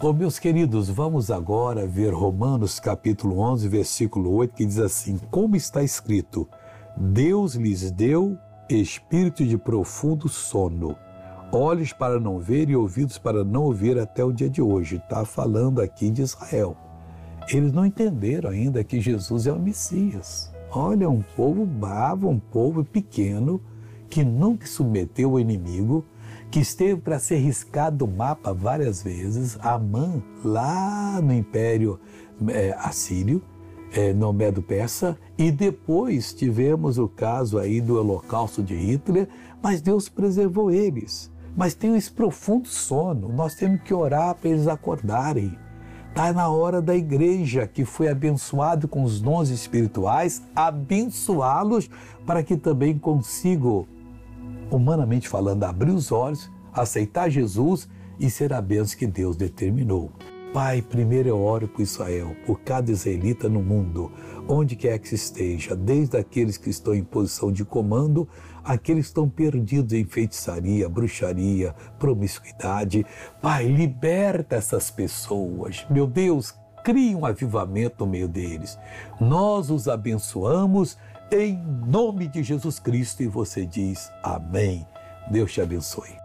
Ô, meus queridos, vamos agora ver Romanos capítulo 11, versículo 8, que diz assim: como está escrito, Deus lhes deu espírito de profundo sono, olhos para não ver e ouvidos para não ouvir até o dia de hoje. Está falando aqui de Israel. Eles não entenderam ainda que Jesus é o Messias. Olha, um povo bravo, um povo pequeno, que nunca submeteu ao inimigo, que esteve para ser riscado do mapa várias vezes, Amã, lá no Império Assírio, no Medo-Persa, e depois tivemos o caso aí do Holocausto de Hitler, mas Deus preservou eles. Mas tem esse profundo sono, nós temos que orar para eles acordarem. Está na hora da igreja, que foi abençoado com os dons espirituais, abençoá-los para que também consigam, humanamente falando, abrir os olhos, aceitar Jesus e ser a bênção que Deus determinou. Pai, primeiro eu oro por Israel, por cada israelita no mundo, onde quer que esteja, desde aqueles que estão em posição de comando, aqueles que estão perdidos em feitiçaria, bruxaria, promiscuidade. Pai, liberta essas pessoas. Meu Deus, crie um avivamento no meio deles. Nós os abençoamos em nome de Jesus Cristo e você diz amém. Deus te abençoe.